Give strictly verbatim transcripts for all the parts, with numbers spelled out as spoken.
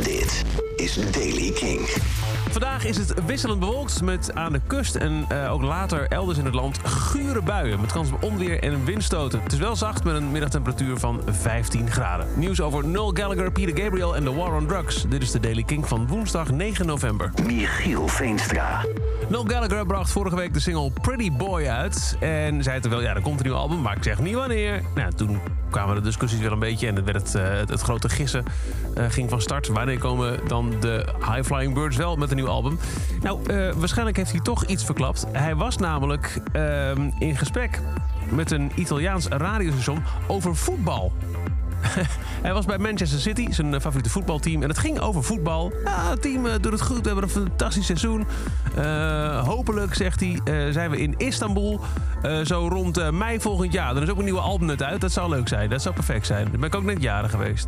Dit is Daily King. Vandaag is het wisselend bewolkt met aan de kust en uh, ook later elders in het land gure buien. Met kans op onweer en windstoten. Het is wel zacht met een middagtemperatuur van vijftien graden. Nieuws over Noel Gallagher, Peter Gabriel en The War on Drugs. Dit is de Daily King van woensdag negen november. Michiel Veenstra. Noel Gallagher bracht vorige week de single Pretty Boy uit. En zei terwijl, ja, er komt een nieuw album, maar ik zeg niet wanneer. Nou, toen kwamen de discussies weer een beetje en het, werd het, uh, het, het grote gissen uh, ging van start. Wanneer komen dan de High Flying Birds wel met een nieuw album? Nou, uh, waarschijnlijk heeft hij toch iets verklapt. Hij was namelijk uh, in gesprek met een Italiaans radiostation over voetbal. Hij was bij Manchester City, zijn favoriete voetbalteam. En het ging over voetbal. Ja, het team uh, doet het goed, we hebben een fantastisch seizoen. Uh, hopelijk, zegt hij, uh, zijn we in Istanbul. Uh, zo rond uh, mei volgend jaar. Er is ook een nieuwe album net uit. Dat zou leuk zijn, dat zou perfect zijn. Dan ben ik ook net jaren geweest.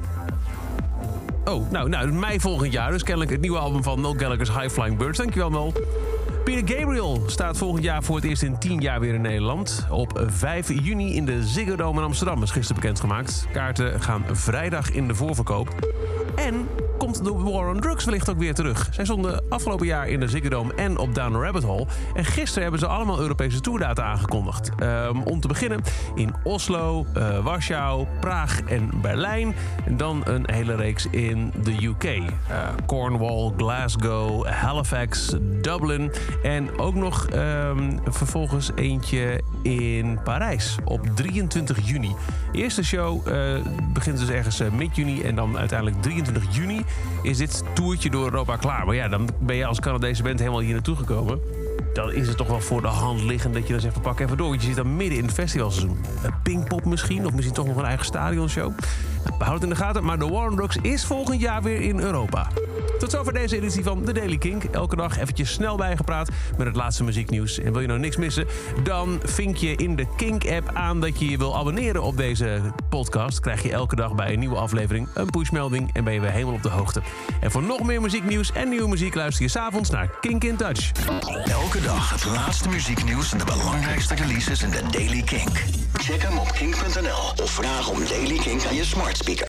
Oh, nou, nou, mei volgend jaar. Dus kennelijk het nieuwe album van Noel Gallagher's High Flying Birds. Dankjewel, Noel. Peter Gabriel staat volgend jaar voor het eerst in tien jaar weer in Nederland. Op vijf juni in de Ziggo Dome in Amsterdam is gisteren bekendgemaakt. Kaarten gaan vrijdag in de voorverkoop. En komt The War on Drugs wellicht ook weer terug. Zij stonden afgelopen jaar in de Ziggo Dome en op Down the Rabbit Hole. En gisteren hebben ze allemaal Europese tourdata aangekondigd. Um, om te beginnen in Oslo, uh, Warschau, Praag en Berlijn. En dan een hele reeks in de U K. Uh, Cornwall, Glasgow, Halifax, Dublin. En ook nog um, vervolgens eentje in Parijs op drieëntwintig juni. De eerste show uh, begint dus ergens uh, mid-juni en dan uiteindelijk drieëntwintig juni is dit toertje door Europa klaar. Maar ja, dan ben je als Canadese band helemaal hier naartoe gekomen. Dan is het toch wel voor de hand liggend dat je dan zegt, pak even door. Want je zit dan midden in het festivalseizoen. Een Pinkpop misschien, of misschien toch nog een eigen stadionshow. Nou, we houden het in de gaten, maar The War on Drugs is volgend jaar weer in Europa. Tot zover deze editie van The Daily King. Elke dag eventjes snel bijgepraat met het laatste muzieknieuws. En wil je nou niks missen, dan vink je in de Kink-app aan dat je je wil abonneren op deze podcast. Krijg je elke dag bij een nieuwe aflevering een pushmelding en ben je weer helemaal op de hoogte. En voor nog meer muzieknieuws en nieuwe muziek luister je 's avonds naar Kink in Touch. Elke dag het laatste muzieknieuws en de belangrijkste releases in de Daily King. Check hem op kink punt n l of vraag om Daily King aan je smart speaker.